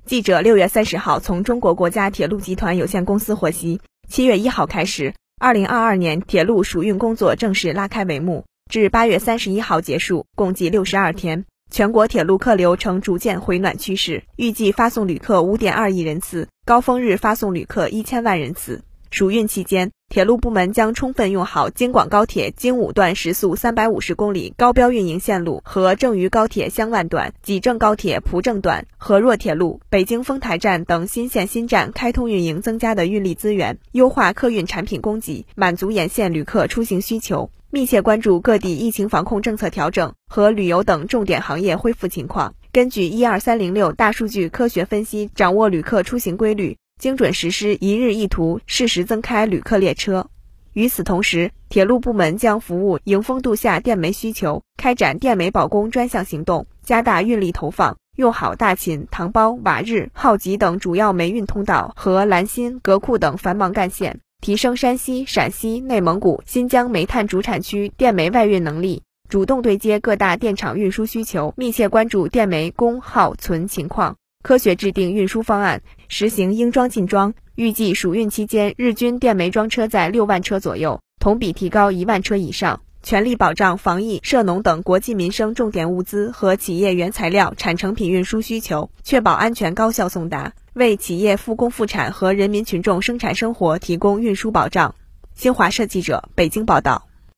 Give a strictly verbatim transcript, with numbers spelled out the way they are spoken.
记者六月三十号从中国国家铁路集团有限公司获悉，七月一号开始，二零二二年铁路暑运工作正式拉开帷幕，至八月三十一号结束，共计六十二天。全国铁路客流呈逐渐回暖趋势，预计发送旅客 五点二亿人次，高峰日发送旅客一千万人次。暑运期间，铁路部门将充分用好京广高铁京武段时速三百五十公里高标运营线路和郑渝高铁襄万段、济郑高铁蒲郑段、河若铁路、北京丰台站等新线新站开通运营增加的运力资源，优化客运产品供给，满足沿线旅客出行需求。密切关注各地疫情防控政策调整和旅游等重点行业恢复情况，根据一二三零六大数据科学分析，掌握旅客出行规律，精准实施一日一图，适时增开旅客列车。与此同时，铁路部门将服务迎峰度夏电煤需求，开展电煤保供专项行动，加大运力投放，用好大秦、塘包、瓦日、浩集等主要煤运通道和兰新、革库等繁忙干线，提升山西、陕西、内蒙古、新疆煤炭主产区电煤外运能力，主动对接各大电厂运输需求，密切关注电煤供耗存情况，科学制定运输方案，实行应装尽装。预计暑运期间日均电煤装车在六万车左右，同比提高一万车以上，全力保障防疫、涉农等国计民生重点物资和企业原材料、产成品运输需求，确保安全高效送达，为企业复工复产和人民群众生产生活提供运输保障。新华社记者北京报道。